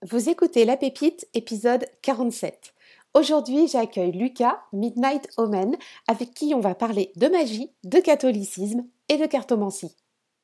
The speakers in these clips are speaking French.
Vous écoutez La Pépite, épisode 47. Aujourd'hui, j'accueille Lucas, Midnight Omen, avec qui on va parler de magie, de catholicisme et de cartomancie.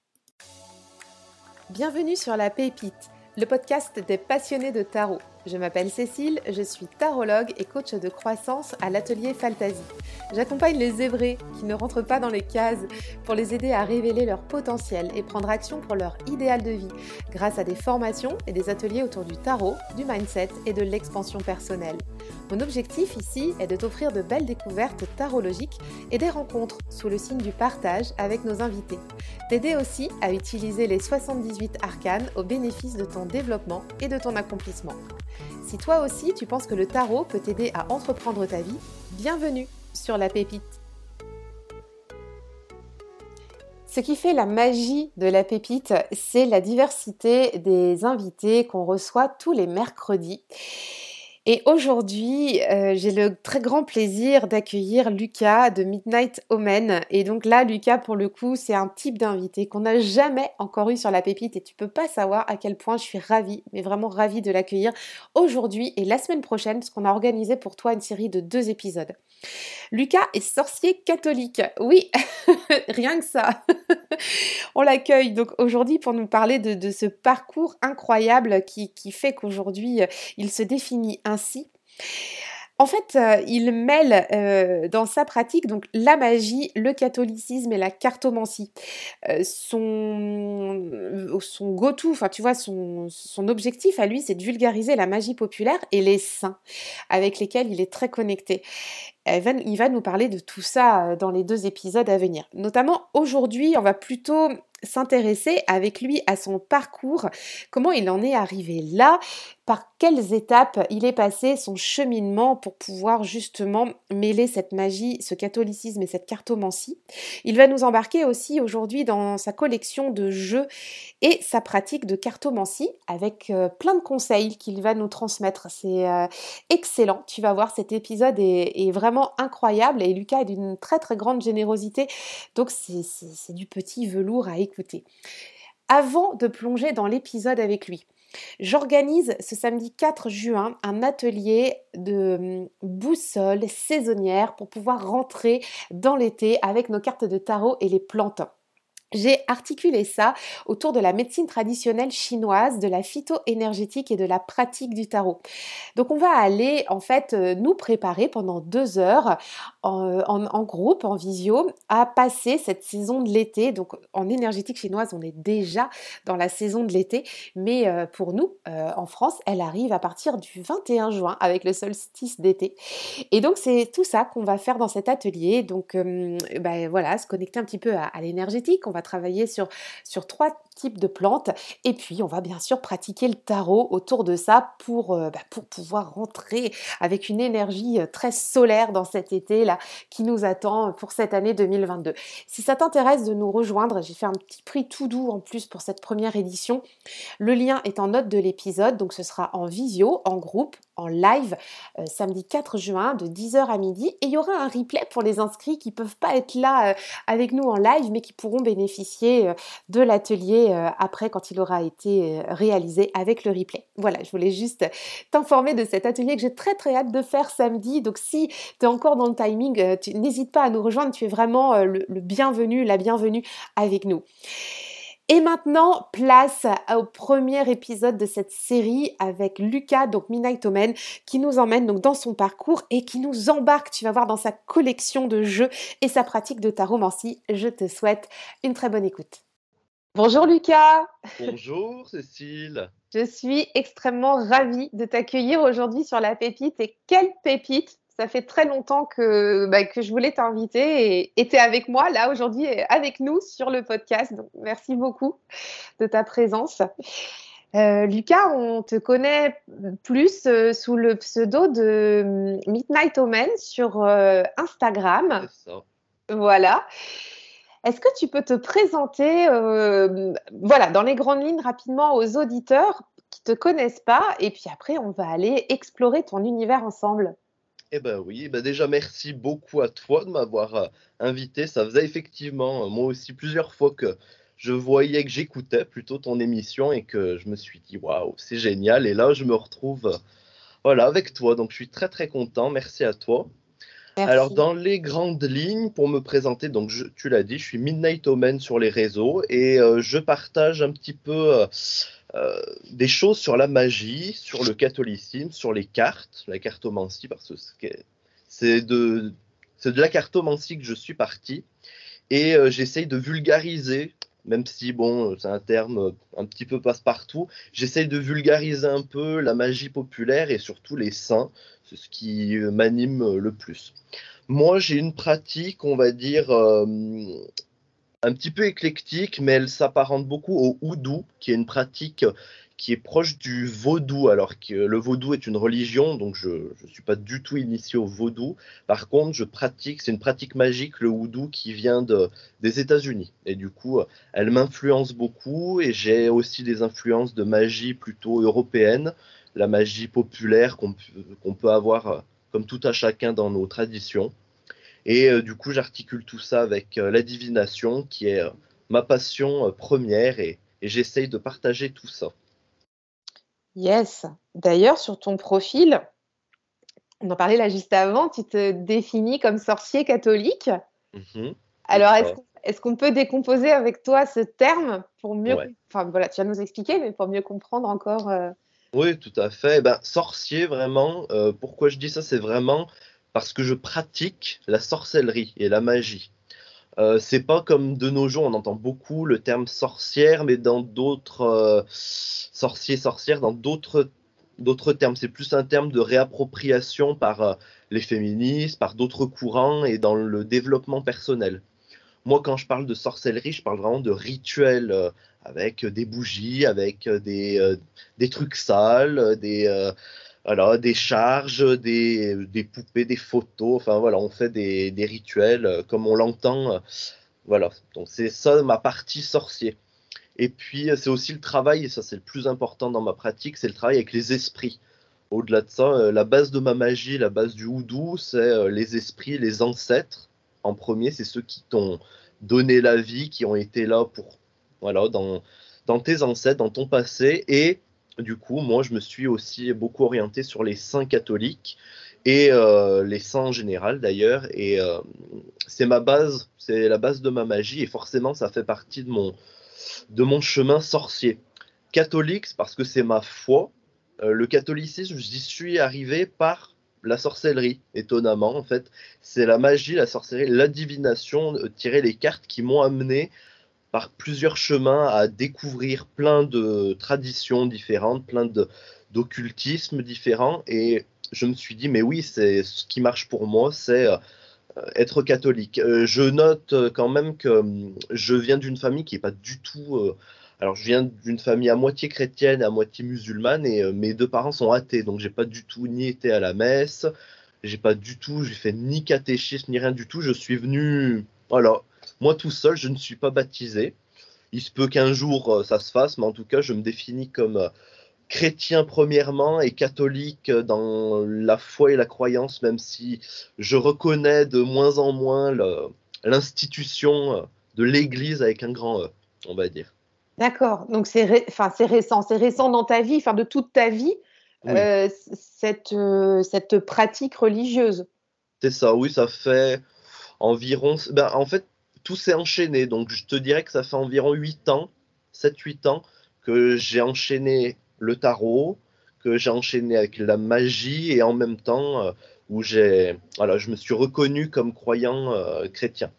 Bienvenue sur La Pépite, le podcast des passionnés de tarot. Je m'appelle Cécile, je suis tarologue et coach de croissance à l'atelier Fantasy. J'accompagne les zébrés qui ne rentrent pas dans les cases pour les aider à révéler leur potentiel et prendre action pour leur idéal de vie grâce à des formations et des ateliers autour du tarot, du mindset et de l'expansion personnelle. Mon objectif ici est de t'offrir de belles découvertes tarologiques et des rencontres sous le signe du partage avec nos invités. T'aider aussi à utiliser les 78 arcanes au bénéfice de ton développement et de ton accomplissement. Si toi aussi tu penses que le tarot peut t'aider à entreprendre ta vie, bienvenue sur La Pépite. Ce qui fait la magie de La Pépite, c'est la diversité des invités qu'on reçoit tous les mercredis. Et aujourd'hui, j'ai le très grand plaisir d'accueillir Lucas de Midnight Omen. Et donc là, Lucas, pour le coup, c'est un type d'invité qu'on n'a jamais encore eu sur La Pépite et tu peux pas savoir à quel point je suis ravie, mais vraiment ravie de l'accueillir aujourd'hui et la semaine prochaine, parce qu'on a organisé pour toi une série de 2 épisodes. Lucas est sorcier catholique. Oui, rien que ça. On l'accueille donc aujourd'hui pour nous parler de ce parcours incroyable qui fait qu'aujourd'hui, il se définit ainsi. En fait, il mêle dans sa pratique donc la magie, le catholicisme et la cartomancie. Son go-to, enfin tu vois, son objectif à lui, c'est de vulgariser la magie populaire et les saints avec lesquels il est très connecté. Il va nous parler de tout ça dans les 2 épisodes à venir. Notamment aujourd'hui, on va plutôt s'intéresser avec lui à son parcours, comment il en est arrivé là, par quelles étapes il est passé, son cheminement pour pouvoir justement mêler cette magie, ce catholicisme et cette cartomancie. Il va nous embarquer aussi aujourd'hui dans sa collection de jeux et sa pratique de cartomancie avec plein de conseils qu'il va nous transmettre. C'est excellent, tu vas voir, cet épisode est vraiment incroyable et Lucas est d'une très très grande générosité, donc c'est du petit velours à écouter. Avant de plonger dans l'épisode avec lui, j'organise ce samedi 4 juin un atelier de boussole saisonnière pour pouvoir rentrer dans l'été avec nos cartes de tarot et les plantes. J'ai articulé ça autour de la médecine traditionnelle chinoise, de la phyto-énergétique et de la pratique du tarot. Donc on va aller en fait nous préparer pendant 2 heures en groupe, en visio, à passer cette saison de l'été. Donc en énergétique chinoise, on est déjà dans la saison de l'été, mais pour nous, en France, elle arrive à partir du 21 juin avec le solstice d'été. Et donc c'est tout ça qu'on va faire dans cet atelier. Donc voilà, se connecter un petit peu à l'énergétique. On va travailler sur 3 types de plantes et puis on va bien sûr pratiquer le tarot autour de ça pour pouvoir rentrer avec une énergie très solaire dans cet été là qui nous attend pour cette année 2022. Si ça t'intéresse de nous rejoindre, j'ai fait un petit prix tout doux en plus pour cette première édition. Le lien est en note de l'épisode, donc ce sera en visio, en groupe, en live, samedi 4 juin de 10h à midi. Et il y aura un replay pour les inscrits qui ne peuvent pas être là avec nous en live, mais qui pourront bénéficier de l'atelier après quand il aura été réalisé avec le replay. Voilà, je voulais juste t'informer de cet atelier que j'ai très très hâte de faire samedi. Donc si tu es encore dans le timing, n'hésite pas à nous rejoindre, tu es vraiment le bienvenu, la bienvenue avec nous. Et maintenant, place au premier épisode de cette série avec Lucas, donc Midnight Omen, qui nous emmène donc dans son parcours et qui nous embarque, tu vas voir, dans sa collection de jeux et sa pratique de taromancie. Je te souhaite une très bonne écoute. Bonjour Lucas. Bonjour Cécile. Je suis extrêmement ravie de t'accueillir aujourd'hui sur La Pépite. Et quelle pépite! Ça fait très longtemps que je voulais t'inviter et tu es avec moi là aujourd'hui, avec nous sur le podcast. Donc merci beaucoup de ta présence. Lucas, on te connaît plus sous le pseudo de Midnight Omen sur Instagram. C'est ça. Voilà. Est-ce que tu peux te présenter voilà, dans les grandes lignes rapidement aux auditeurs qui ne te connaissent pas et puis après on va aller explorer ton univers ensemble. Eh ben oui, déjà merci beaucoup à toi de m'avoir invité. Ça faisait effectivement moi aussi plusieurs fois que je voyais que j'écoutais plutôt ton émission et que je me suis dit, waouh, c'est génial. Et là, je me retrouve voilà, avec toi. Donc, je suis très, très content. Merci à toi. Alors, Merci. dans les grandes lignes, pour me présenter, donc tu l'as dit, je suis Midnight Omen sur les réseaux et je partage un petit peu des choses sur la magie, sur le catholicisme, sur les cartes, la cartomancie, parce que c'est de, c'est de la cartomancie que je suis parti. Et j'essaye de vulgariser, même si bon, c'est un terme un petit peu passe-partout, j'essaye de vulgariser un peu la magie populaire et surtout les saints, c'est ce qui m'anime le plus. Moi, j'ai une pratique, on va dire, un petit peu éclectique, mais elle s'apparente beaucoup au houdou, qui est une pratique qui est proche du vaudou, alors que le vaudou est une religion, donc je ne suis pas du tout initié au vaudou. Par contre, c'est une pratique magique, le houdou, qui vient des États-Unis. Et du coup, elle m'influence beaucoup et j'ai aussi des influences de magie plutôt européenne, la magie populaire qu'on peut avoir comme tout à chacun dans nos traditions. Et du coup, j'articule tout ça avec la divination, qui est ma passion première, et j'essaye de partager tout ça. Yes. D'ailleurs, sur ton profil, on en parlait là juste avant, tu te définis comme sorcier catholique. Mhm, c'est Alors, ça. est-ce qu'on peut décomposer avec toi ce terme pour mieux, Ouais. enfin voilà, tu vas nous expliquer, mais pour mieux comprendre encore. Oui, tout à fait. Eh ben, sorcier, vraiment, pourquoi je dis ça, c'est vraiment parce que je pratique la sorcellerie et la magie. C'est pas comme de nos jours, on entend beaucoup le terme sorcière, mais dans d'autres sorciers, sorcières, dans d'autres termes. C'est plus un terme de réappropriation par les féministes, par d'autres courants et dans le développement personnel. Moi, quand je parle de sorcellerie, je parle vraiment de rituels avec des bougies, avec des trucs sales, voilà, des charges, des poupées, des photos. Enfin voilà, on fait des rituels comme on l'entend. Voilà, donc c'est ça ma partie sorcier. Et puis c'est aussi le travail, et ça c'est le plus important dans ma pratique, c'est le travail avec les esprits. Au-delà de ça, la base de ma magie, la base du houdou, c'est les esprits, les ancêtres. En premier, c'est ceux qui t'ont donné la vie, qui ont été là pour, voilà, dans tes ancêtres, dans ton passé. Et du coup, moi, je me suis aussi beaucoup orienté sur les saints catholiques et les saints en général d'ailleurs. Et c'est ma base, c'est la base de ma magie. Et forcément, ça fait partie de mon chemin sorcier. Catholique, c'est parce que c'est ma foi. Le catholicisme, j'y suis arrivé par la sorcellerie, étonnamment, en fait. C'est la magie, la sorcellerie, la divination, tirer les cartes qui m'ont amené par plusieurs chemins à découvrir plein de traditions différentes, d'occultismes différents. Et je me suis dit, mais oui, c'est ce qui marche pour moi, c'est être catholique. Je note quand même que je viens d'une famille qui est pas du tout. Alors, je viens d'une famille à moitié chrétienne et à moitié musulmane, et mes deux parents sont athées, donc j'ai pas du tout ni été à la messe, j'ai fait ni catéchisme ni rien du tout. Je suis venu, voilà, moi tout seul, je ne suis pas baptisé. Il se peut qu'un jour ça se fasse, mais en tout cas, je me définis comme chrétien premièrement et catholique dans la foi et la croyance, même si je reconnais de moins en moins l'institution de l'Église avec un grand E, on va dire. D'accord. Donc enfin, c'est récent dans ta vie, enfin de toute ta vie, Oui, cette pratique religieuse. c'est ça, oui, ça fait environ... Ben, en fait, tout s'est enchaîné, donc je te dirais que ça fait environ 8 ans, 7-8 ans, que j'ai enchaîné le tarot, que j'ai enchaîné avec la magie, et en même temps, où voilà, je me suis reconnu comme croyant chrétien.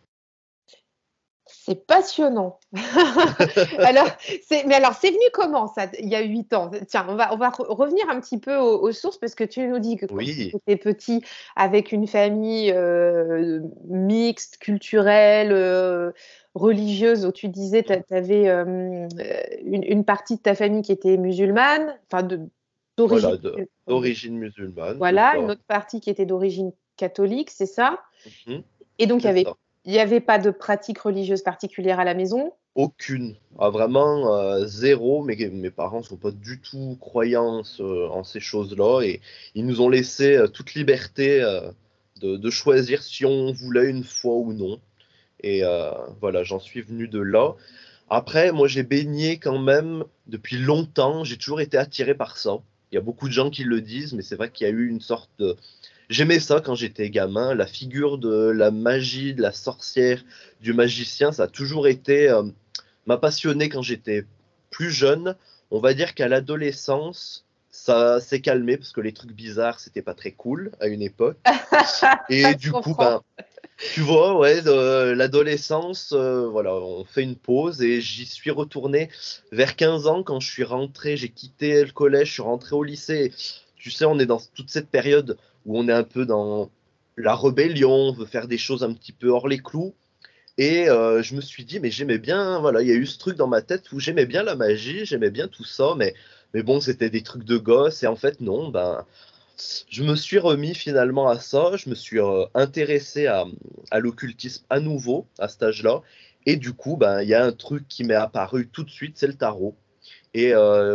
C'est passionnant. Alors, c'est venu comment ça, il y a 8 ans? Tiens, on va revenir un petit peu aux sources parce que tu nous dis que quand tu Oui, étais petit, avec une famille mixte, culturelle, religieuse, où tu disais tu avais une partie de ta famille qui était musulmane, enfin d'origine, voilà, d'origine musulmane, c'est voilà, une ça. autre partie qui était d'origine catholique, c'est ça? Mhm, Et donc, c'est ça. il y avait pas de pratique religieuse particulière à la maison? Aucune. Ah, vraiment zéro. Mes parents sont pas du tout croyants en ces choses-là, et ils nous ont laissé toute liberté de choisir si on voulait une foi ou non. Et voilà, j'en suis venu de là. Après, moi, j'ai baigné quand même depuis longtemps. J'ai toujours été attiré par ça. Il y a beaucoup de gens qui le disent, mais c'est vrai qu'il y a eu une sorte de... J'aimais ça quand j'étais gamin. La figure de la magie, de la sorcière, du magicien, ça a toujours été... m'a passionné quand j'étais plus jeune. On va dire qu'à l'adolescence, ça s'est calmé parce que les trucs bizarres, c'était pas très cool à une époque. Et Je du coup, comprends. ben, tu vois, ouais, l'adolescence, voilà, on fait une pause et j'y suis retourné vers 15 ans quand je suis rentré, j'ai quitté le collège, je suis rentré au lycée. Tu sais, on est dans toute cette période où on est un peu dans la rébellion, on veut faire des choses un petit peu hors les clous. Et je me suis dit, mais j'aimais bien, voilà, il y a eu ce truc dans ma tête où j'aimais bien la magie, j'aimais bien tout ça, mais bon, c'était des trucs de gosse. Et en fait, non, ben, je me suis remis finalement à ça, je me suis intéressé à l'occultisme à nouveau à cet âge-là. Et du coup, ben, il y a un truc qui m'est apparu tout de suite, c'est le tarot. Et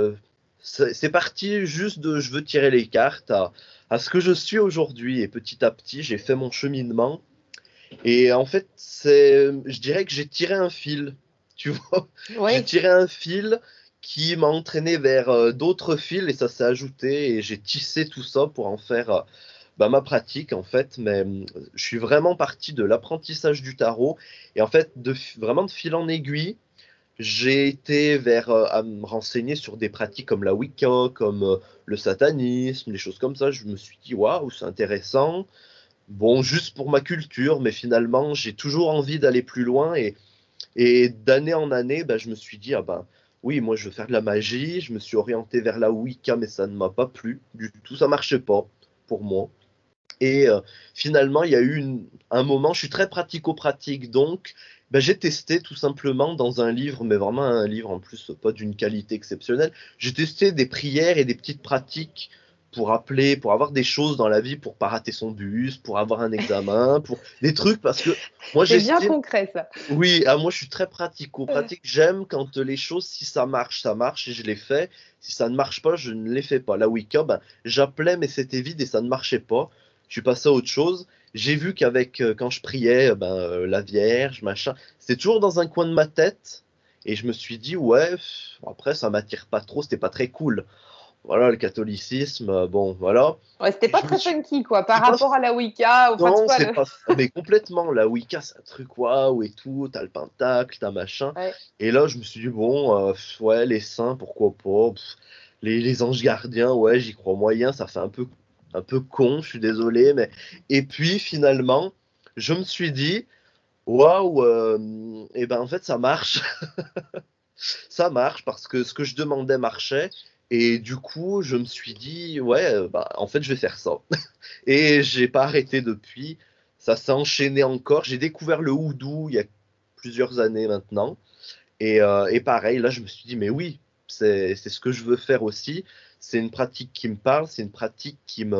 c'est parti juste de je veux tirer les cartes à ce que je suis aujourd'hui. Et petit à petit, j'ai fait mon cheminement. Et en fait, je dirais que j'ai tiré un fil, tu vois. J'ai Oui. tiré un fil qui m'a entraîné vers d'autres fils et ça s'est ajouté et j'ai tissé tout ça pour en faire bah, ma pratique en fait. Mais je suis vraiment parti de l'apprentissage du tarot et en fait, vraiment de fil en aiguille, j'ai été vers à me renseigner sur des pratiques comme la Wicca, comme le satanisme, des choses comme ça. Je me suis dit, waouh, c'est intéressant. Bon, juste pour ma culture, mais finalement, j'ai toujours envie d'aller plus loin et d'année en année, bah, je me suis dit, ah ben oui, moi je veux faire de la magie, je me suis orienté vers la Wicca, mais ça ne m'a pas plu du tout, ça marchait pas pour moi. Et finalement, il y a eu un moment, je suis très pratico-pratique, donc bah, j'ai testé tout simplement dans un livre, mais vraiment un livre en plus pas d'une qualité exceptionnelle, j'ai testé des prières et des petites pratiques pour appeler, pour avoir des choses dans la vie, pour pas rater son bus, pour avoir un examen, pour des trucs, parce que moi C'est bien j'estime, concret, ça. oui, moi je suis très pratico-pratique, j'aime quand les choses, si ça marche et je les fais, si ça ne marche pas, je ne les fais pas. La Wicca, ben, j'appelais mais c'était vide et ça ne marchait pas. Je suis passé à autre chose. J'ai vu qu'avec quand je priais, ben, la Vierge, machin, c'était toujours dans un coin de ma tête. Et je me suis dit, ouais, après ça m'attire pas trop, c'était pas très cool. Voilà, le catholicisme, bon, voilà. Ouais, c'était pas Je me très suis, funky, quoi, par c'est pas, rapport à la Wicca. Enfin, tu non, vois, c'est pas, mais complètement. La Wicca, c'est un truc waouh et tout. T'as le pentacle, t'as machin. Ouais. Et là, je me suis dit, bon, ouais, les saints, pourquoi pas. Les anges gardiens, ouais, j'y crois moyen. Ça fait un peu con, je suis désolé. Mais... Et puis, finalement, je me suis dit, waouh, et ben en fait, ça marche. Ça marche parce que ce que je demandais marchait. Et du coup, je me suis dit, ouais, bah, en fait, je vais faire ça. Et j'ai pas arrêté depuis. Ça s'est enchaîné encore. J'ai découvert le houdou il y a plusieurs années maintenant. Et pareil, là, je me suis dit, mais oui, c'est ce que je veux faire aussi. C'est une pratique qui me parle, c'est une pratique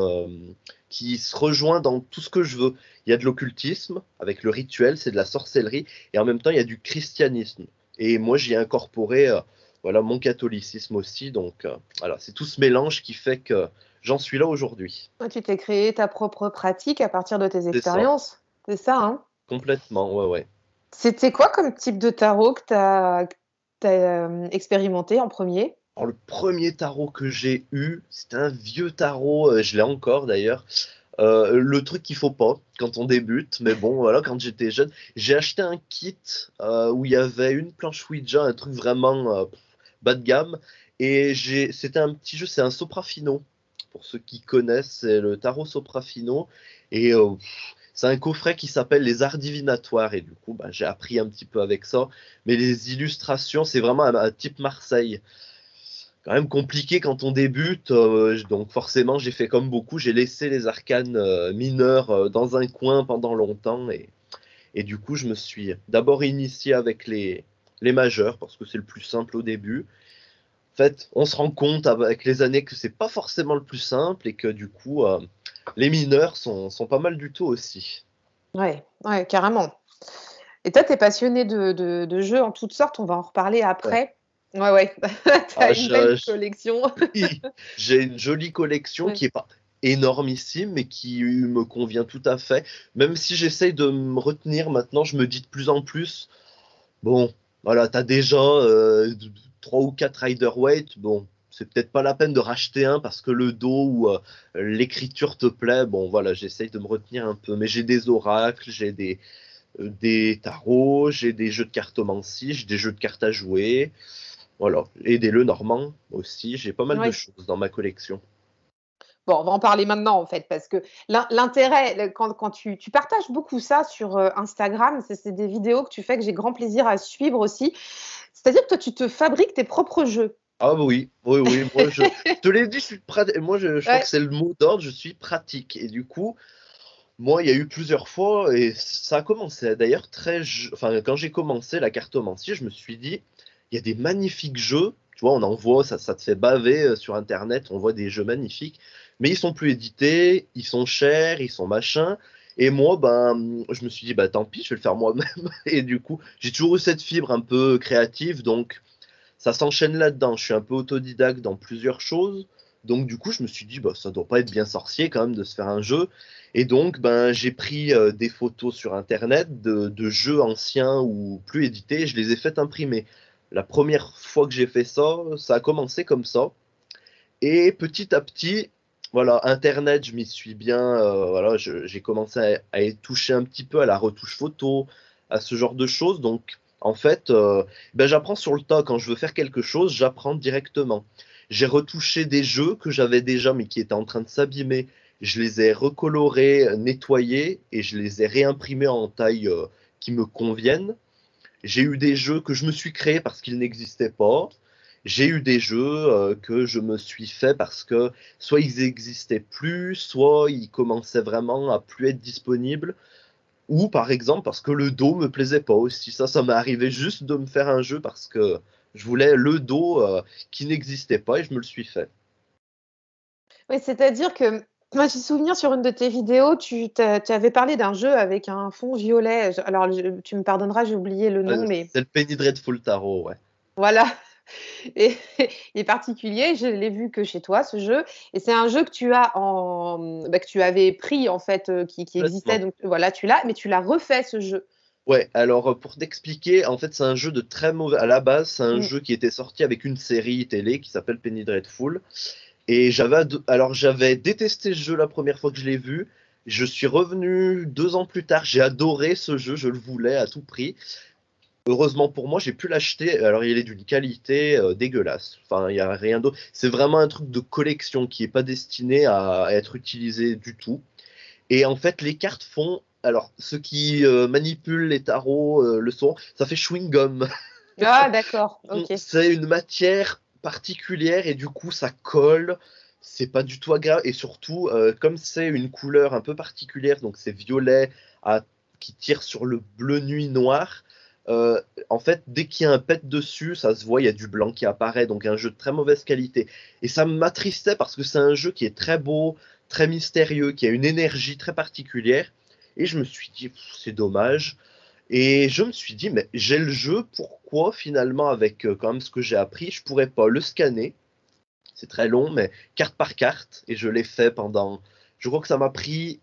qui se rejoint dans tout ce que je veux. Il y a de l'occultisme avec le rituel, c'est de la sorcellerie, et en même temps, il y a du christianisme. Et moi, j'y ai incorporé voilà, mon catholicisme aussi. Donc, voilà, c'est tout ce mélange qui fait que j'en suis là aujourd'hui. Ah, tu t'es créé ta propre pratique à partir de tes C'est ça, expériences. C'est ça, hein? complètement, ouais, ouais. C'était quoi comme type de tarot que tu as expérimenté en premier? Alors, le premier tarot que j'ai eu, c'était un vieux tarot, je l'ai encore d'ailleurs. Le truc qu'il faut pas quand on débute, mais bon, voilà, quand j'étais jeune, j'ai acheté un kit où il y avait une planche Ouija, un truc vraiment bas de gamme, et c'était un petit jeu, c'est un Soprafino. Pour ceux qui connaissent, c'est le tarot Soprafino, et c'est un coffret qui s'appelle Les Arts Divinatoires, et du coup, bah, j'ai appris un petit peu avec ça, mais les illustrations, c'est vraiment un type Marseille quand même compliqué quand on débute. Donc forcément, j'ai fait comme beaucoup, j'ai laissé les arcanes mineurs dans un coin pendant longtemps et du coup, je me suis d'abord initié avec les majeurs parce que c'est le plus simple au début. En fait, on se rend compte avec les années que c'est pas forcément le plus simple et que du coup, les mineurs sont pas mal du tout aussi. Ouais, ouais, carrément. Et toi, tu es passionné de jeux en toutes sortes, on va en reparler Ouais. après. Ouais, ouais, tu Ah, as une belle collection. oui, j'ai une jolie collection Ouais. qui est pas énormissime, mais qui me convient tout à fait. Même si j'essaye de me retenir maintenant, je me dis de plus en plus, bon. Voilà, tu as déjà 3 ou 4 Rider-Waite. Bon, c'est peut-être pas la peine de racheter un parce que le dos ou l'écriture te plaît. Bon, voilà, j'essaye de me retenir un peu. Mais j'ai des oracles, j'ai des tarots, j'ai des jeux de cartomancie, j'ai des jeux de cartes à jouer. Voilà, et des Lenormand aussi. J'ai pas mal de Oui. choses dans ma collection. Bon, on va en parler maintenant, en fait, parce que l'intérêt, quand tu partages beaucoup ça sur Instagram, c'est des vidéos que tu fais que j'ai grand plaisir à suivre aussi. C'est-à-dire que toi, tu te fabriques tes propres jeux. Ah bah oui, oui, oui, moi je te l'ai dit, je suis moi je crois que Ouais. c'est le mot d'ordre, je suis pratique. Et du coup, moi il y a eu plusieurs fois, et ça a commencé d'ailleurs enfin quand j'ai commencé la cartomancie, je me suis dit, il y a des magnifiques jeux, tu vois, on en voit, ça te fait baver sur Internet, on voit des jeux magnifiques, mais ils sont plus édités, ils sont chers, ils sont machins. Et moi, ben, je me suis dit, bah tant pis, je vais le faire moi-même. Et du coup, j'ai toujours eu cette fibre un peu créative, donc ça s'enchaîne là-dedans. Je suis un peu autodidacte dans plusieurs choses. Donc, du coup, je me suis dit, bah, ça doit pas être bien sorcier quand même de se faire un jeu. Et donc, ben, j'ai pris des photos sur Internet de jeux anciens ou plus édités et je les ai fait imprimer. La première fois que j'ai fait ça, ça a commencé comme ça. Et petit à petit, voilà, Internet, je m'y suis bien. Voilà, j'ai commencé à y toucher un petit peu à la retouche photo, à ce genre de choses. Donc, en fait, ben, j'apprends sur le tas. Quand je veux faire quelque chose, j'apprends directement. J'ai retouché des jeux que j'avais déjà, mais qui étaient en train de s'abîmer. Je les ai recolorés, nettoyés et je les ai réimprimés en taille qui me conviennent. J'ai eu des jeux que je me suis créé parce qu'ils n'existaient pas. J'ai eu des jeux que je me suis fait parce que soit ils n'existaient plus, soit ils commençaient vraiment à plus être disponibles, ou par exemple parce que le dos me plaisait pas aussi. Ça m'est arrivé juste de me faire un jeu parce que je voulais le dos qui n'existait pas et je me le suis fait. Oui, c'est-à-dire que moi, j'ai souvenir sur une de tes vidéos, tu avais parlé d'un jeu avec un fond violet. Alors, tu me pardonneras, j'ai oublié le nom, mais C'est le Penny Dreadful Tarot, ouais. voilà. Et il est particulier, je l'ai vu que chez toi, ce jeu. Et c'est un jeu que tu as que tu avais pris, en fait, qui existait. Complètement. Donc, voilà, tu l'as, mais tu l'as refait, ce jeu. Ouais, alors pour t'expliquer, en fait, c'est un jeu de très mauvais. À la base, c'est un Mm. jeu qui était sorti avec une série télé qui s'appelle Penny Dreadful. Et j'avais détesté ce jeu la première fois que je l'ai vu. Je suis revenu 2 ans plus tard. J'ai adoré ce jeu. Je le voulais à tout prix. Heureusement pour moi, j'ai pu l'acheter. Alors, il est d'une qualité dégueulasse. Enfin, il n'y a rien d'autre. C'est vraiment un truc de collection qui n'est pas destiné à être utilisé du tout. Et en fait, les cartes font. Alors, ceux qui manipulent les tarots le son, ça fait chewing-gum. Ah, d'accord, ok. C'est une matière particulière et du coup ça colle. C'est pas du tout agréable et surtout comme c'est une couleur un peu particulière, donc c'est violet qui tire sur le bleu nuit noir. euh, En fait, dès qu'il y a un pet dessus, ça se voit, il y a du blanc qui apparaît, donc un jeu de très mauvaise qualité. Et ça m'attristait parce que c'est un jeu qui est très beau, très mystérieux, qui a une énergie très particulière. Et je me suis dit, pff, c'est dommage. Et je me suis dit, mais j'ai le jeu, pourquoi finalement, avec quand même ce que j'ai appris, je pourrais pas le scanner. C'est très long, mais carte par carte. Et je l'ai fait pendant. Je crois que ça m'a pris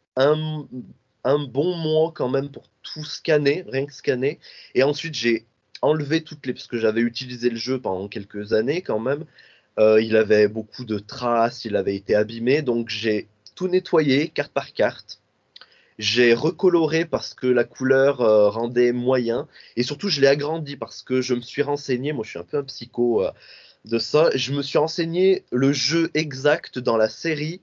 un, un bon mois quand même pour tout scanner, rien que scanner. Et ensuite, j'ai enlevé toutes les. Parce que j'avais utilisé le jeu pendant quelques années quand même. Il avait beaucoup de traces, il avait été abîmé. Donc j'ai tout nettoyé, carte par carte. J'ai recoloré parce que la couleur rendait moyen. Et surtout, je l'ai agrandi parce que je me suis renseigné. Moi, je suis un peu un psycho de ça. Je me suis renseigné le jeu exact dans la série,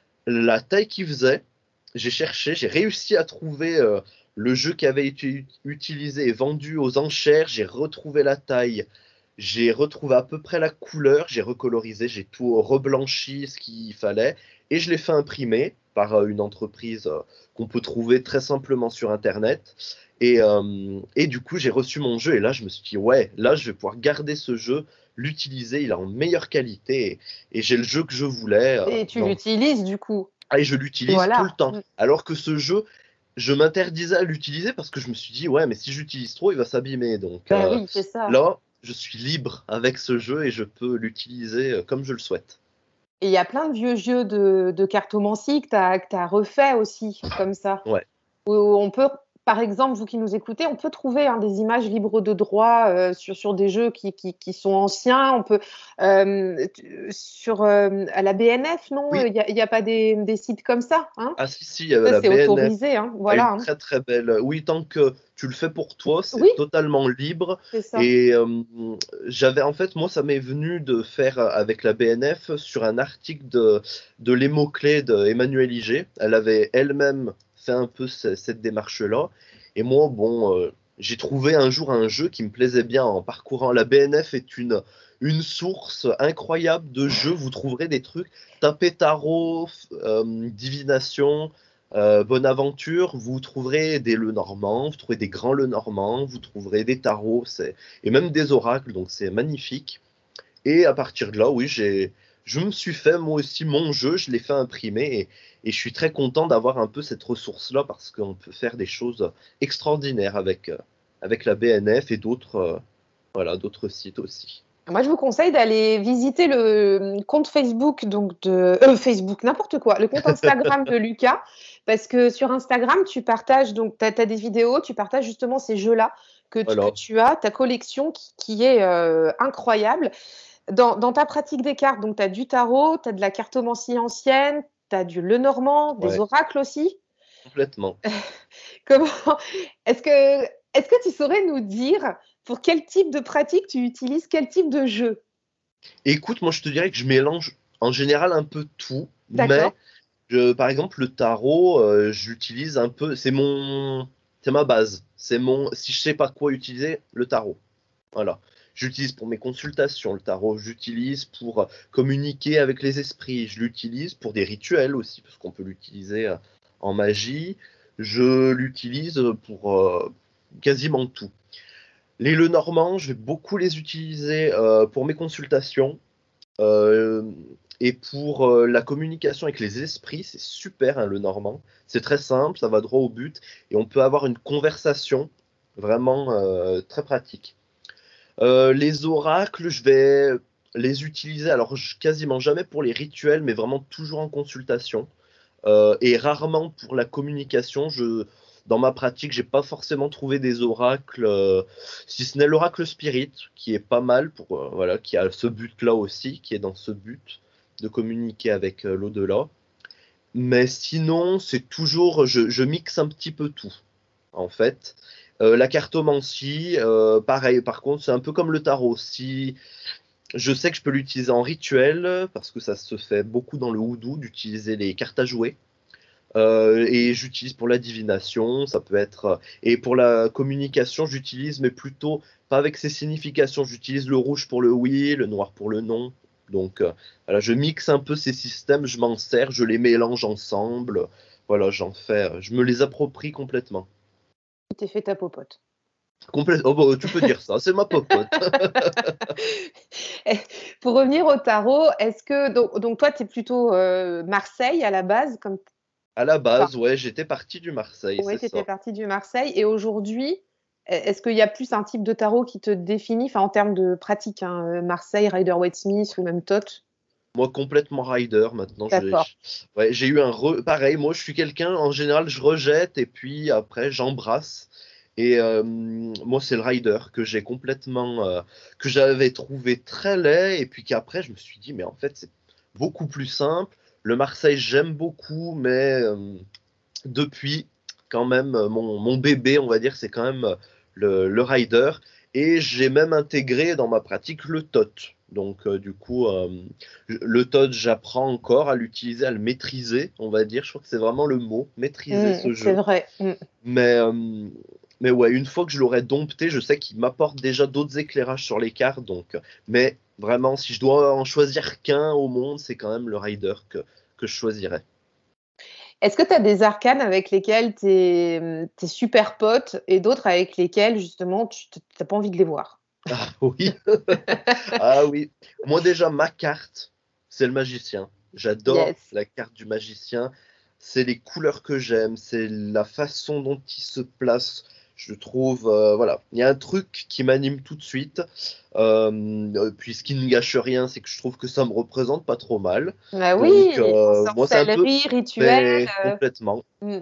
la taille qu'il faisait. J'ai cherché, j'ai réussi à trouver le jeu qui avait été utilisé et vendu aux enchères. J'ai retrouvé la taille. J'ai retrouvé à peu près la couleur. J'ai recolorisé, j'ai tout reblanchi ce qu'il fallait. Et je l'ai fait imprimer par une entreprise qu'on peut trouver très simplement sur Internet. Et du coup, j'ai reçu mon jeu. Et là, je me suis dit, ouais, là, je vais pouvoir garder ce jeu, l'utiliser. Il est en meilleure qualité. Et j'ai le jeu que je voulais. Et tu Donc, l'utilises, du coup. et je l'utilise tout le Voilà. temps. Mm. Alors que ce jeu, je m'interdisais à l'utiliser parce que je me suis dit, ouais, mais si j'utilise trop, il va s'abîmer. Donc Ben oui, c'est ça. là, je suis libre avec ce jeu et je peux l'utiliser comme je le souhaite. Et il y a plein de vieux jeux de cartomancie que tu as refait aussi, comme ça. Ouais. Où on peut par exemple, vous qui nous écoutez, on peut trouver des images libres de droit sur des jeux qui sont anciens. On peut à la BNF, non? Oui, Il y a pas des sites comme ça, hein? ah si, il y avait Ça, la c'est BNF, autorisé, hein? a Voilà, une hein. très très belle. Oui, tant que tu le fais pour toi, Oui, c'est totalement libre. c'est ça. Et j'avais en fait, moi, ça m'est venu de faire avec la BNF sur un article de Les mots-clés d'Emmanuel Iger. Elle avait elle-même fait un peu cette démarche-là. Et moi, bon, j'ai trouvé un jour un jeu qui me plaisait bien en parcourant. La BNF est une source incroyable de jeux. Vous trouverez des trucs. Tapez tarot, divination. Bonne aventure, vous trouverez des Lenormand, vous trouverez des grands Lenormand, vous trouverez des tarots, et même des oracles, donc c'est magnifique. Et à partir de là, oui, je me suis fait moi aussi mon jeu, je l'ai fait imprimer et je suis très content d'avoir un peu cette ressource-là parce qu'on peut faire des choses extraordinaires avec la BNF et voilà, d'autres sites aussi. Moi, je vous conseille d'aller visiter le compte Facebook, donc Facebook, n'importe quoi, le compte Instagram de Lucas, parce que sur Instagram, tu partages, donc tu as des vidéos, tu partages justement ces jeux-là que Voilà. tu as, ta collection qui est incroyable. Dans ta pratique des cartes, donc tu as du tarot, tu as de la cartomancie ancienne, tu as du Lenormand, des Ouais, oracles aussi. complètement. Comment est-ce que tu saurais nous dire pour quel type de pratique tu utilises quel type de jeu? Écoute, moi je te dirais que je mélange en général un peu tout, D'accord. mais par exemple, le tarot, j'utilise un peu, c'est ma base. Si je sais pas quoi utiliser, le tarot. Voilà. J'utilise pour mes consultations le tarot. J'utilise pour communiquer avec les esprits. Je l'utilise pour des rituels aussi, parce qu'on peut l'utiliser en magie. Je l'utilise pour quasiment tout. Les Lenormand, je vais beaucoup les utiliser pour mes consultations. Euh, et pour la communication avec les esprits, c'est super, hein, le normand. C'est très simple, ça va droit au but, et on peut avoir une conversation vraiment très pratique. Les oracles, je vais les utiliser, alors quasiment jamais pour les rituels, mais vraiment toujours en consultation. Et rarement pour la communication. Dans ma pratique, j'ai pas forcément trouvé des oracles, si ce n'est l'oracle Spirit, qui est pas mal voilà, qui a ce but-là aussi, qui est dans ce but de communiquer avec l'au-delà. Mais sinon, c'est toujours, je mixe un petit peu tout, en fait. La cartomancie, pareil, par contre, c'est un peu comme le tarot. Si je sais que je peux l'utiliser en rituel, parce que ça se fait beaucoup dans le houdou, d'utiliser les cartes à jouer. Et j'utilise pour la divination, ça peut être. Et pour la communication, j'utilise, mais plutôt pas avec ces significations. J'utilise le rouge pour le oui, le noir pour le non. Donc voilà, je mixe un peu ces systèmes, je m'en sers, je les mélange ensemble. Voilà, je me les approprie complètement. Tu t'es fait ta popote. Oh, bah, tu peux dire ça, c'est ma popote. Pour revenir au tarot, est-ce que donc toi, tu es plutôt Marseille à la base, comme À la enfin, base, ouais, j'étais parti du Marseille, ouais, c'est tu étais ça. partie du Marseille et aujourd'hui, est-ce qu'il y a plus un type de tarot qui te définit, enfin en termes de pratique, hein, Marseille, Rider-Waite-Smith ou même Thoth? Moi, complètement rider, maintenant, D'accord. ouais, j'ai eu pareil, moi, je suis quelqu'un, en général, je rejette et puis après, j'embrasse. Et moi, c'est le rider que j'ai complètement, que j'avais trouvé très laid et puis qu'après, je me suis dit, mais en fait, c'est beaucoup plus simple. Le Marseille, j'aime beaucoup, mais depuis, quand même, mon bébé, on va dire, c'est quand même le rider. Et j'ai même intégré dans ma pratique le TOT. Donc, du coup, le TOT, j'apprends encore à l'utiliser, à le maîtriser, on va dire. Je crois que c'est vraiment le mot, maîtriser ce C'est jeu. vrai. Mais, mais ouais, une fois que je l'aurai dompté, je sais qu'il m'apporte déjà d'autres éclairages sur les cartes. Donc, mais vraiment, si je dois en choisir qu'un au monde, c'est quand même le rider que je choisirais. Est-ce que tu as des arcanes avec lesquels tu es super pote et d'autres avec lesquels justement tu n'as pas envie de les voir? Ah oui, ah oui. Moi déjà, ma carte, c'est le magicien. J'adore Yes. la carte du magicien. C'est les couleurs que j'aime, c'est la façon dont il se place. Je trouve, voilà, il y a un truc qui m'anime tout de suite. Puis ce qui ne gâche rien, c'est que je trouve que ça me représente pas trop mal. Ah Donc, oui, moi, c'est un peu, sorcellerie, rituel. mais euh, complètement. mm.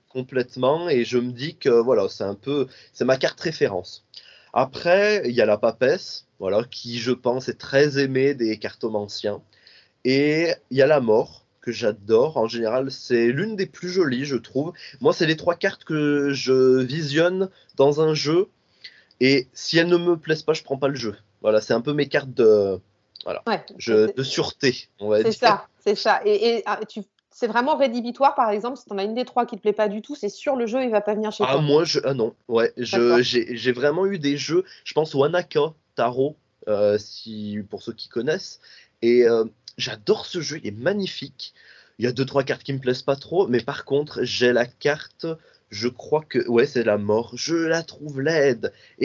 complètement, et je me dis que voilà, c'est ma carte référence. Après, il y a la papesse, voilà, qui je pense est très aimée des cartomanciens. Et il y a la mort, que j'adore. En général, c'est l'une des plus jolies, je trouve. Moi, c'est les trois cartes que je visionne dans un jeu. Et si elles ne me plaisent pas, je prends pas le jeu. Voilà, c'est un peu mes cartes voilà, Ouais, de sûreté, on va c'est dire. ça, c'est ça. C'est vraiment rédhibitoire, par exemple, si tu en as une des trois qui te plaît pas du tout, c'est sûr, le jeu, il va pas venir chez Ah, toi. moi, ah non, ouais, D'accord. j'ai vraiment eu des jeux, je pense au Anaka Taro, pour ceux qui connaissent, et j'adore ce jeu, il est magnifique. Il y a deux, trois cartes qui me plaisent pas trop, mais par contre, j'ai la carte, je crois que, ouais, c'est la mort, je la trouve laide, et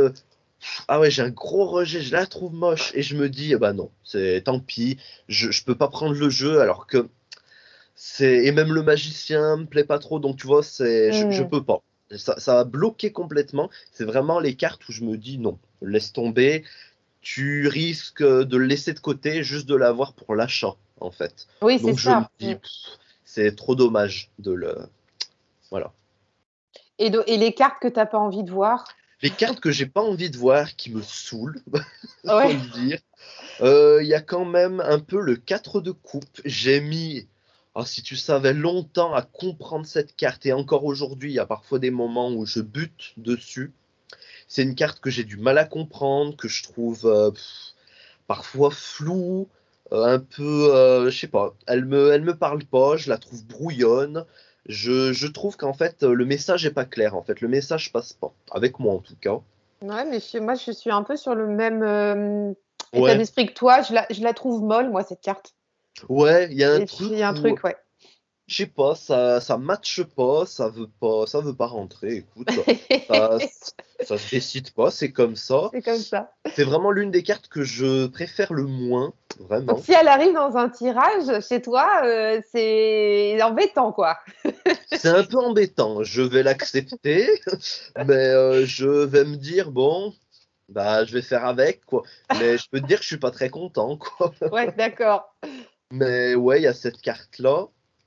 ah ouais, j'ai un gros rejet, je la trouve moche, et je me dis, bah non, c'est tant pis, je peux pas prendre le jeu, alors que et même le magicien me plaît pas trop, donc tu vois, je Hmm. peux pas. Ça a bloqué complètement. C'est vraiment les cartes où je me dis non, laisse tomber. Tu risques de le laisser de côté juste de l'avoir pour l'achat, en fait. Oui, c'est Donc je me ça. dis, c'est trop dommage de le. Voilà. Et les cartes que t'as pas envie de voir? Les cartes que j'ai pas envie de voir, qui me saoulent, faut Ouais. le dire. Il y a quand même un peu le 4 de coupe. J'ai mis, ah, si tu savais, longtemps à comprendre cette carte, et encore aujourd'hui, il y a parfois des moments où je bute dessus. C'est une carte que j'ai du mal à comprendre, que je trouve parfois floue, un peu, je sais pas, elle me parle pas, je la trouve brouillonne. Je trouve qu'en fait, le message est pas clair. En fait, le message passe pas, avec moi en tout cas. Ouais, mais moi, je suis un peu sur le même état Ouais, d'esprit que toi. Je la trouve molle, moi, cette carte. ouais, il y a un Il y truc a un où truc, ouais. je sais pas, ça matche pas, ça veut pas rentrer. Écoute, ça, ça se décide pas, c'est comme ça. C'est comme ça. C'est vraiment l'une des cartes que je préfère le moins, Donc, vraiment. si elle arrive dans un tirage chez toi, c'est embêtant, quoi. C'est un peu embêtant, je vais l'accepter, mais je vais me dire, bon, bah, je vais faire avec, quoi. Mais je peux te dire que je suis pas très content, quoi. Ouais, d'accord. Mais ouais, il y a cette carte-là.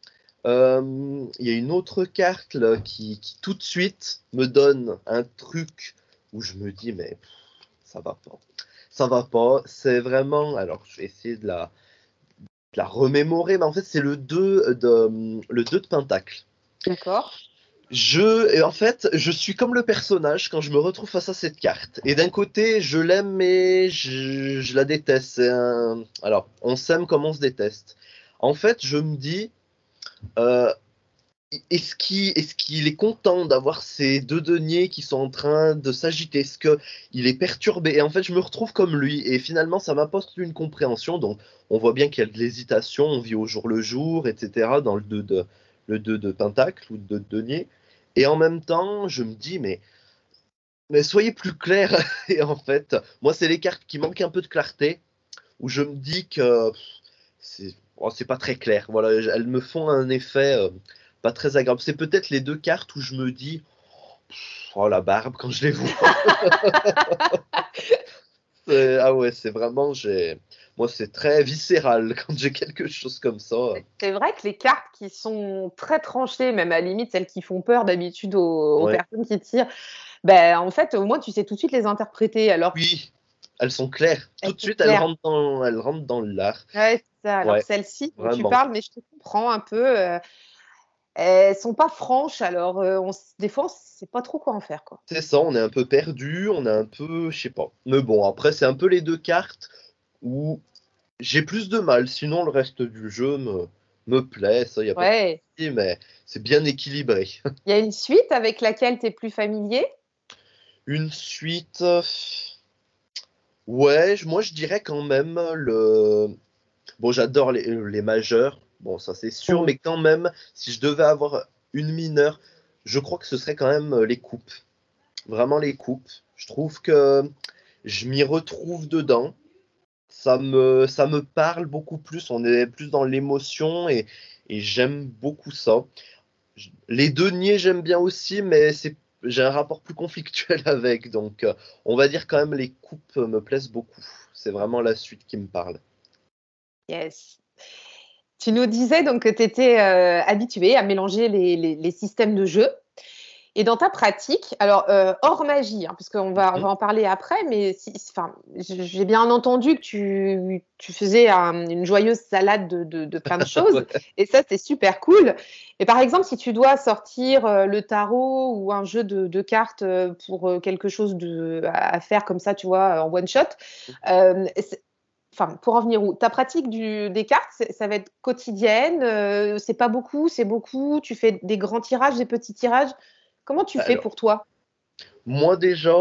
Il y a une autre carte là, qui tout de suite me donne un truc où je me dis, mais ça va pas. Ça va pas. C'est vraiment. Alors, je vais essayer de la remémorer, mais en fait, c'est le 2 de Pentacle. D'accord. Et en fait, je suis comme le personnage quand je me retrouve face à cette carte. Et d'un côté, je l'aime, mais je la déteste. Alors, on s'aime comme on se déteste. En fait, je me dis, euh, est-ce qu'il est content d'avoir ces deux deniers qui sont en train de s'agiter? Est-ce qu'il est perturbé? Et en fait, je me retrouve comme lui. Et finalement, ça m'apporte une compréhension. Donc, on voit bien qu'il y a de l'hésitation, on vit au jour le jour, etc. dans le 2 de Pentacle ou de denier. Et en même temps, je me dis, mais soyez plus clair. Et en fait, moi, c'est les cartes qui manquent un peu de clarté, où je me dis que c'est pas très clair. Voilà, elles me font un effet pas très agréable. C'est peut-être les deux cartes où je me dis, oh la barbe quand je les vois. Ah ouais, c'est vraiment, moi c'est très viscéral quand j'ai quelque chose comme ça. C'est vrai que les cartes qui sont très tranchées, même à la limite celles qui font peur d'habitude aux Ouais. personnes qui tirent, ben, en fait, au moins, tu sais tout de suite les interpréter. Alors, Oui, elles sont claires. Tout elles de sont suite, claires. elles rentrent dans l'art. Ouais, c'est ça. Alors, Ouais, celles-ci dont tu vraiment. parles, mais je te comprends un peu, elles sont pas franches. Alors, des fois, on sait pas trop quoi en faire, quoi. C'est ça, on est un peu perdu, on est un peu, je sais pas. Mais bon, après, c'est un peu les deux cartes où j'ai plus de mal. Sinon, le reste du jeu me plaît, ça, il n'y a pas de Ouais. souci, mais c'est bien équilibré. Il y a une suite avec laquelle tu es plus familier? Une suite, ouais, moi je dirais quand même le. Bon, j'adore les majeurs, bon, ça c'est sûr, Mmh. mais quand même, si je devais avoir une mineure, je crois que ce serait quand même les coupes. Vraiment les coupes. Je trouve que je m'y retrouve dedans. Ça me parle beaucoup plus, on est plus dans l'émotion et j'aime beaucoup ça. Les deniers, j'aime bien aussi, mais j'ai un rapport plus conflictuel avec, donc on va dire quand même les coupes me plaisent beaucoup. C'est vraiment la suite qui me parle. Yes. Tu nous disais donc que tu étais habitué à mélanger les systèmes de jeu. Et dans ta pratique, alors hors magie, hein, parce qu'on va, on Mhm. va en parler après, mais enfin, j'ai bien entendu que tu faisais une joyeuse salade de plein de choses, Ouais. et ça, c'est super cool. Et par exemple, si tu dois sortir le tarot ou un jeu de cartes pour quelque chose à faire comme ça, tu vois, en one shot, euh, enfin, pour en venir où? Ta pratique des cartes, ça va être quotidienne, c'est pas beaucoup, c'est beaucoup, tu fais des grands tirages, des petits tirages. Comment tu fais Alors, pour toi? moi déjà,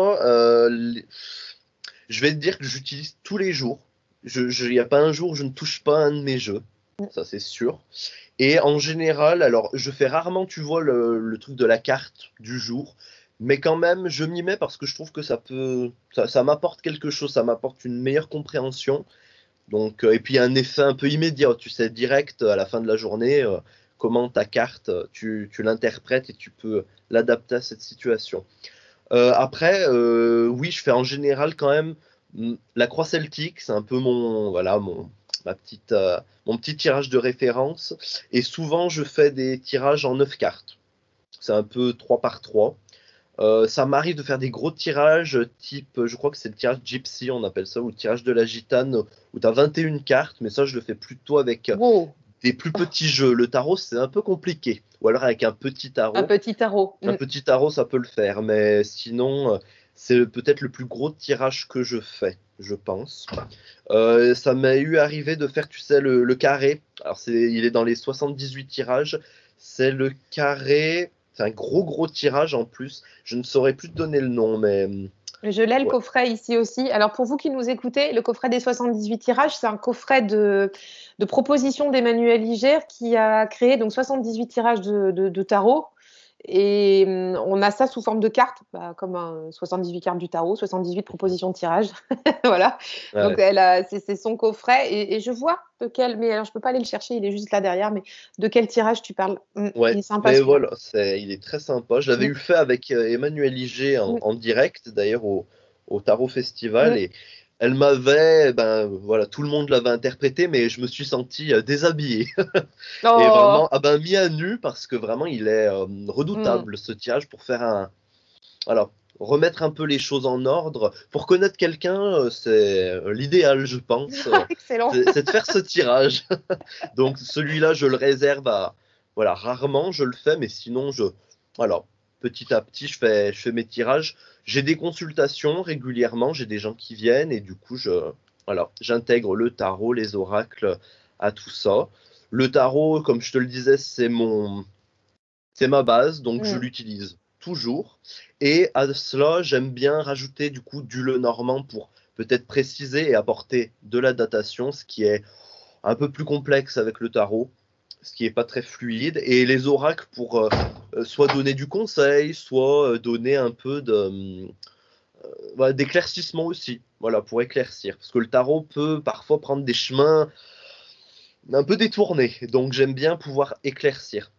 je vais te dire que j'utilise tous les jours. Il n'y a pas un jour où je ne touche pas un de mes jeux, ça c'est sûr. Et en général, alors je fais rarement, tu vois, le truc de la carte du jour, mais quand même, je m'y mets parce que je trouve que ça m'apporte quelque chose, ça m'apporte une meilleure compréhension. Donc, et puis un effet un peu immédiat, tu sais, direct à la fin de la journée, comment ta carte, tu l'interprètes et tu peux l'adapter à cette situation. Après, oui, je fais en général quand même la croix celtique, c'est un peu mon petit tirage de référence. Et souvent, je fais des tirages en 9 cartes. C'est un peu 3 par 3. Ça m'arrive de faire des gros tirages, type, je crois que c'est le tirage Gypsy, on appelle ça, ou le tirage de la gitane, où tu as 21 cartes, mais ça, je le fais plutôt avec Wow, des plus petits jeux. Le tarot, c'est un peu compliqué. Ou alors avec un petit un tarot. petit tarot. Un petit tarot, ça peut le faire, mais sinon, c'est peut-être le plus gros tirage que je fais, je pense. Ça m'a eu arrivé de faire, tu sais, le carré. Alors, il est dans les 78 tirages. C'est le carré. C'est un gros, gros tirage en plus. Je ne saurais plus te donner le nom, mais Je l'ai le ouais. coffret ici aussi. Alors pour vous qui nous écoutez, le coffret des 78 tirages, c'est un coffret de propositions d'Emmanuel Iger qui a créé donc 78 tirages de tarot. Et on a ça sous forme de cartes, bah, comme 78 cartes du tarot, 78 propositions de tirage. Voilà. Donc Ouais. c'est son coffret. Et je vois de quel, mais alors je peux pas aller le chercher, il est juste là derrière, mais de quel tirage tu parles? Il Ouais, est sympa mais celui-là. voilà, il est très sympa. Je l'avais Mm, eu fait avec Emmanuel Iger mm, en direct, d'ailleurs, au Tarot Festival, mm. et elle m'avait, ben voilà, tout le monde l'avait interprété, mais je me suis senti déshabillé. Et vraiment, Oh, ah ben, mis à nu, parce que vraiment, il est mm. redoutable, ce tirage, pour faire voilà, remettre un peu les choses en ordre. Pour connaître quelqu'un, c'est l'idéal, je pense, Excellent. c'est de faire ce tirage. Donc celui-là, je le réserve à... Voilà, rarement je le fais, mais sinon, voilà, petit à petit, je fais mes tirages. J'ai des consultations régulièrement, j'ai des gens qui viennent et du coup, voilà, j'intègre le tarot, les oracles à tout ça. Le tarot, comme je te le disais, c'est ma base, donc je Mm. l'utilise toujours. Et à cela, j'aime bien rajouter du coup du Lenormand pour peut-être préciser et apporter de la datation, ce qui est un peu plus complexe avec le tarot, ce qui n'est pas très fluide, et les oracles pour soit donner du conseil, soit donner un peu voilà, d'éclaircissement aussi, voilà, pour éclaircir. Parce que le tarot peut parfois prendre des chemins un peu détournés, donc j'aime bien pouvoir éclaircir.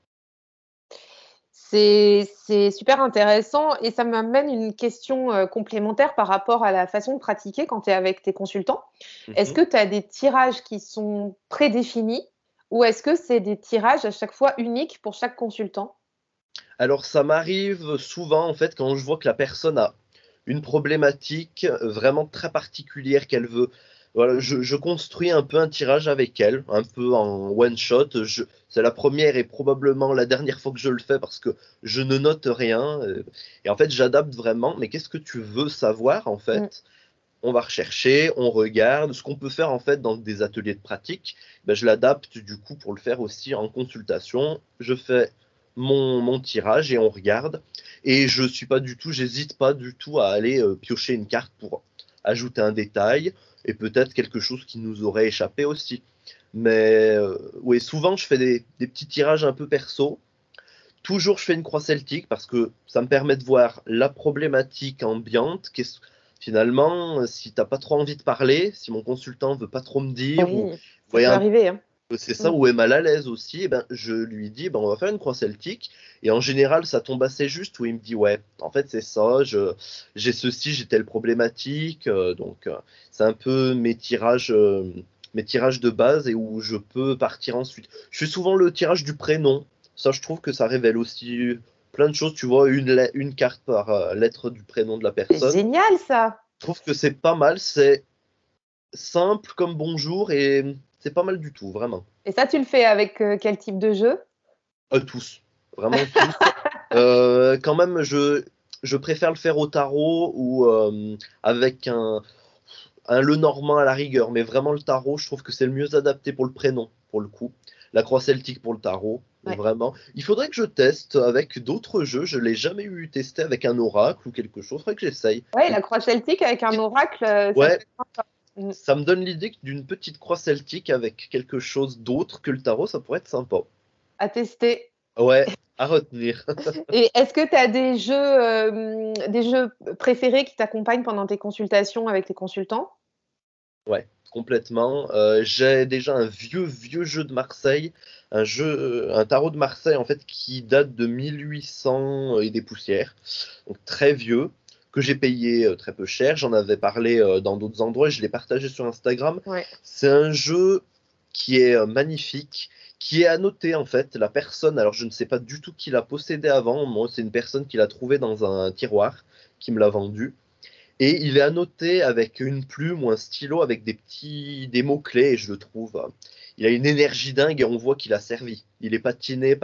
C'est super intéressant et ça m'amène une question complémentaire par rapport à la façon de pratiquer quand tu es avec tes consultants. Est-ce Mhm. que tu as des tirages qui sont prédéfinis ou est-ce que c'est des tirages à chaque fois uniques pour chaque consultant? Alors ça m'arrive souvent en fait quand je vois que la personne a une problématique vraiment très particulière qu'elle veut. Voilà, je construis un peu un tirage avec elle, un peu en one shot. C'est la première et probablement la dernière fois que je le fais parce que je ne note rien. Et en fait, j'adapte vraiment. Mais qu'est-ce que tu veux savoir en Mm. fait? On va rechercher, on regarde. Ce qu'on peut faire en fait dans des ateliers de pratique, ben, je l'adapte du coup pour le faire aussi en consultation. Je fais mon tirage et on regarde. Et j'hésite pas du tout à aller piocher une carte pour ajouter un détail et peut-être quelque chose qui nous aurait échappé aussi. Mais oui, souvent je fais des petits tirages un peu perso. Toujours, je fais une croix celtique parce que ça me permet de voir la problématique ambiante. Finalement, si t'as pas trop envie de parler, si mon consultant veut pas trop me dire, ou Oui, ça voyez peut arriver, hein. c'est ça, Mm. ou est mal à l'aise aussi, eh ben, je lui dis, ben, on va faire une croix celtique. Et en général, ça tombe assez juste où il me dit, ouais, en fait, c'est ça, j'ai ceci, j'ai telle problématique. Donc, c'est un peu mes tirages mes tirages de base et où je peux partir ensuite. Je fais souvent le tirage du prénom. Ça, je trouve que ça révèle aussi plein de choses. Tu vois, une carte par lettre du prénom de la C'est personne. génial ça. Je trouve que c'est pas mal. C'est simple comme bonjour et c'est pas mal du tout, vraiment. Et ça, tu le fais avec quel type de jeu? Tous, vraiment tous. Quand même, je préfère le faire au tarot ou avec un Lenormand à la rigueur, mais vraiment le tarot, je trouve que c'est le mieux adapté pour le prénom, pour le coup. La croix celtique pour le tarot, Ouais. vraiment. Il faudrait que je teste avec d'autres jeux. Je l'ai jamais eu testé avec un oracle ou quelque chose. Il faudrait que j'essaye. Ouais, la croix celtique avec un oracle, ça peut Ouais, être sympa. Mm. ça me donne l'idée d'une petite croix celtique avec quelque chose d'autre que le tarot, ça pourrait être sympa. À tester. Ouais, à retenir. Et est-ce que tu as des jeux préférés qui t'accompagnent pendant tes consultations avec tes consultants? Ouais, complètement. J'ai déjà un vieux jeu de Marseille, un tarot de Marseille en fait qui date de 1800 et des poussières, donc très vieux, que j'ai payé très peu cher. J'en avais parlé dans d'autres endroits et je l'ai partagé sur Instagram. Ouais. C'est un jeu qui est magnifique, qui est annoté en fait. La personne, alors je ne sais pas du tout qui l'a possédé avant. Moi, c'est une personne qui l'a trouvé dans un tiroir, qui me l'a vendu. Et il est annoté avec une plume ou un stylo avec des mots-clés, et je le trouve. Il a une énergie dingue et on voit qu'il a servi. Il est patiné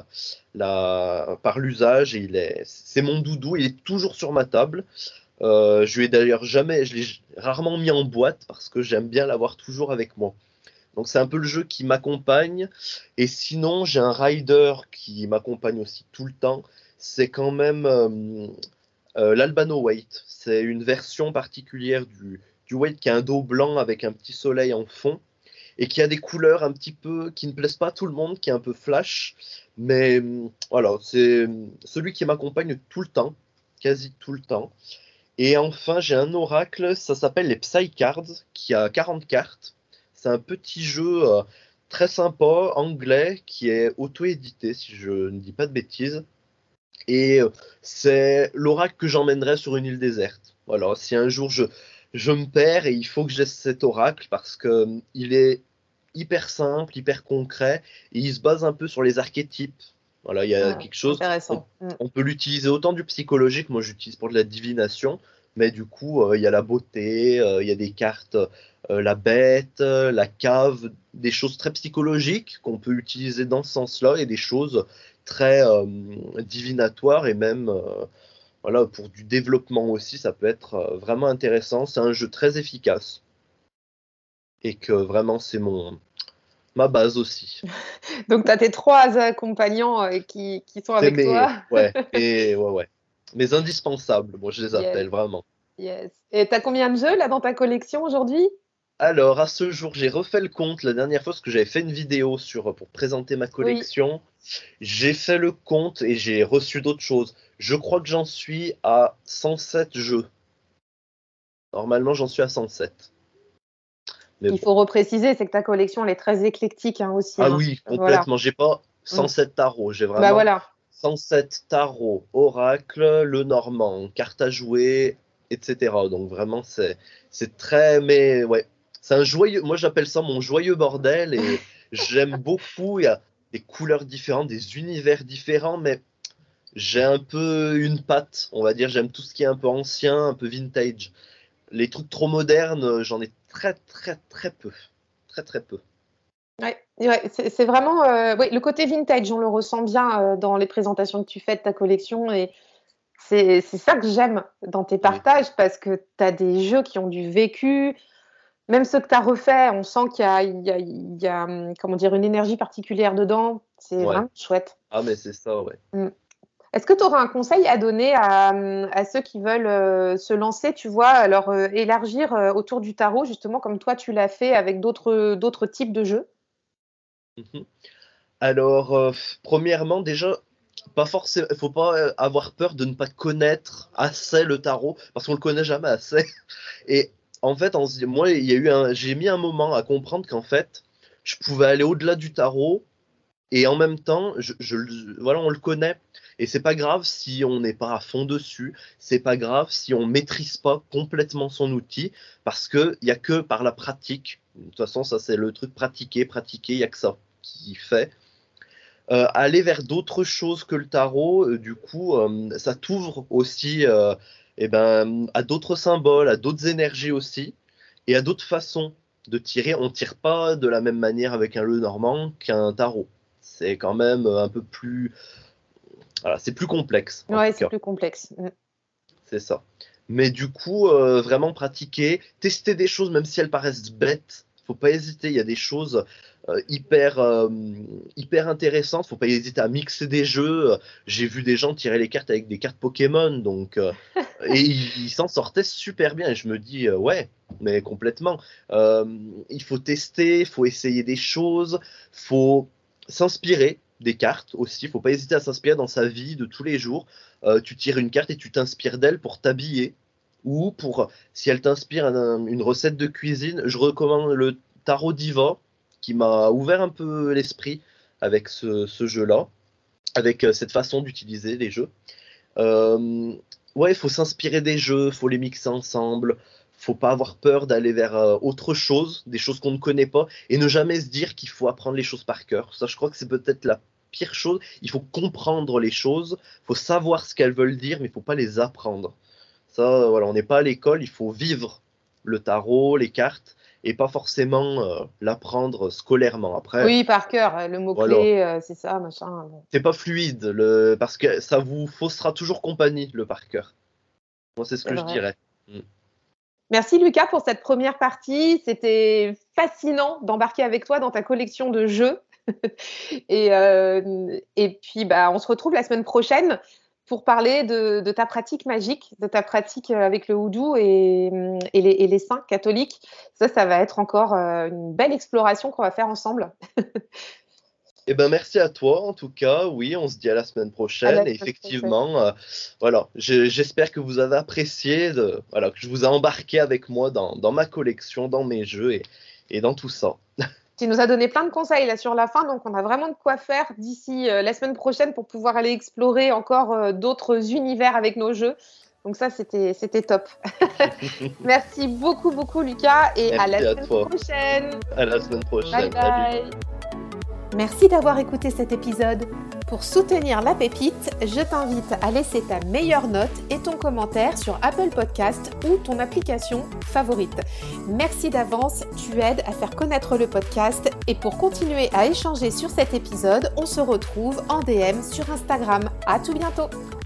par l'usage et c'est mon doudou. Il est toujours sur ma table. Je lui ai d'ailleurs jamais, je l'ai rarement mis en boîte parce que j'aime bien l'avoir toujours avec moi. Donc c'est un peu le jeu qui m'accompagne. Et sinon, j'ai un rider qui m'accompagne aussi tout le temps. C'est quand même l'Albano Weight. C'est une version particulière du Weight qui a un dos blanc avec un petit soleil en fond et qui a des couleurs un petit peu qui ne plaisent pas à tout le monde, qui est un peu flash. Mais voilà, c'est celui qui m'accompagne tout le temps, quasi tout le temps. Et enfin, j'ai un oracle, ça s'appelle les Psycards, qui a 40 cartes. C'est un petit jeu très sympa, anglais, qui est auto-édité, si je ne dis pas de bêtises. Et c'est l'oracle que j'emmènerai sur une île déserte. Voilà, si un jour je me perds et il faut que j'ai cet oracle parce que il est hyper simple, hyper concret, et il se base un peu sur les archétypes. Voilà, il y a Ah, quelque chose, intéressant. Mm. on peut l'utiliser autant du psychologique, moi j'utilise pour de la divination, mais du coup, il y a la beauté, il y a des cartes, la bête, la cave, des choses très psychologiques qu'on peut utiliser dans ce sens-là, et des choses très divinatoires, et même voilà, pour du développement aussi, ça peut être vraiment intéressant. C'est un jeu très efficace, et que vraiment c'est ma base aussi. Donc, tu as tes trois accompagnants qui sont C'est avec toi. ouais. Mes indispensables, moi je les Yes, appelle vraiment. yes. Et tu as combien de jeux là dans ta collection aujourd'hui? Alors, à ce jour, j'ai refait le compte la dernière fois parce que j'avais fait une vidéo pour présenter ma Oui. collection. J'ai fait le compte et j'ai reçu d'autres choses. Je crois que j'en suis à 107 jeux. Normalement, j'en suis à 107. Mais Il bon. faut repréciser, c'est que ta collection elle est très éclectique hein, aussi. Ah Hein. oui, Voilà. complètement. J'ai pas Mm. 107 tarots. J'ai Bah vraiment voilà. 107 tarots, oracle, le normand, carte à jouer, etc. Donc vraiment, c'est très, mais ouais, c'est un joyeux. Moi, j'appelle ça mon joyeux bordel et j'aime beaucoup. Il y a des couleurs différentes, des univers différents, mais j'ai un peu une patte, on va dire. J'aime tout ce qui est un peu ancien, un peu vintage. Les trucs trop modernes, j'en ai très peu, très peu. Ouais, ouais, c'est vraiment ouais, le côté vintage, on le ressent bien dans les présentations que tu fais de ta collection et c'est ça que j'aime dans tes Oui, partages parce que tu as des jeux qui ont du vécu, même ceux que tu as refaits, on sent qu'il y a comment dire, une énergie particulière dedans. C'est ouais. vraiment chouette. Ah, mais c'est ça, ouais. Mm. Est-ce que tu auras un conseil à donner à ceux qui veulent se lancer, tu vois, alors élargir autour du tarot, justement, comme toi tu l'as fait avec d'autres types de jeux? Mhm. Alors, premièrement, déjà, pas forcément, faut pas avoir peur de ne pas connaître assez le tarot, parce qu'on le connaît jamais assez. Et en fait, moi, j'ai mis un moment à comprendre qu'en fait, je pouvais aller au-delà du tarot, et en même temps, voilà, on le connaît. Et c'est pas grave si on n'est pas à fond dessus, c'est pas grave si on maîtrise pas complètement son outil, parce que il y a que par la pratique, De toute façon, ça c'est le truc pratiquer, il n'y a que ça qui fait. Aller vers d'autres choses que le tarot, du coup, ça t'ouvre aussi à d'autres symboles, à d'autres énergies aussi, et à d'autres façons de tirer. On ne tire pas de la même manière avec un Lenormand qu'un tarot. C'est quand même un peu plus... Voilà, c'est plus complexe. Ouais, c'est plus complexe. C'est ça. Mais du coup, vraiment pratiquer, tester des choses, même si elles paraissent bêtes. Faut pas hésiter. Il y a des choses hyper intéressantes. Faut pas hésiter à mixer des jeux. J'ai vu des gens tirer les cartes avec des cartes Pokémon, donc et ils s'en sortaient super bien. Et je me dis ouais, mais complètement. Il faut tester, il faut essayer des choses, faut s'inspirer des cartes aussi. Il faut pas hésiter à s'inspirer dans sa vie de tous les jours. Tu tires une carte et tu t'inspires d'elle pour t'habiller. Ou pour, si elle t'inspire une recette de cuisine, je recommande le Tarot Diva, qui m'a ouvert un peu l'esprit avec ce jeu-là, avec cette façon d'utiliser les jeux. Ouais, il faut s'inspirer des jeux, il faut les mixer ensemble, faut pas avoir peur d'aller vers autre chose, des choses qu'on ne connaît pas, et ne jamais se dire qu'il faut apprendre les choses par cœur. Ça, je crois que c'est peut-être la pire chose. Il faut comprendre les choses, il faut savoir ce qu'elles veulent dire, mais il faut pas les apprendre. Ça, voilà, on n'est pas à l'école, il faut vivre le tarot, les cartes, et pas forcément l'apprendre scolairement. Après, oui, par cœur, le mot-clé, c'est ça, machin. Bon. C'est pas fluide, parce que ça vous faussera toujours compagnie, le par cœur. Moi, c'est ce que je dirais. Merci Lucas pour cette première partie. C'était fascinant d'embarquer avec toi dans ta collection de jeux. Et puis, on se retrouve la semaine prochaine pour parler de ta pratique magique, de ta pratique avec le houdou et les saints catholiques. Ça va être encore une belle exploration qu'on va faire ensemble. Eh ben, merci à toi, en tout cas. Oui, on se dit à la semaine prochaine. Et effectivement, voilà, j'espère que vous avez apprécié, que je vous ai embarqué avec moi dans ma collection, dans mes jeux et dans tout ça. Tu nous as donné plein de conseils là sur la fin, donc on a vraiment de quoi faire d'ici la semaine prochaine pour pouvoir aller explorer encore d'autres univers avec nos jeux. Donc ça, c'était top. Merci beaucoup, Lucas, et merci à la semaine prochaine. À la semaine prochaine. Bye bye. Merci d'avoir écouté cet épisode. Pour soutenir la pépite, je t'invite à laisser ta meilleure note et ton commentaire sur Apple Podcast ou ton application favorite. Merci d'avance, tu aides à faire connaître le podcast. Et pour continuer à échanger sur cet épisode, on se retrouve en DM sur Instagram. À tout bientôt.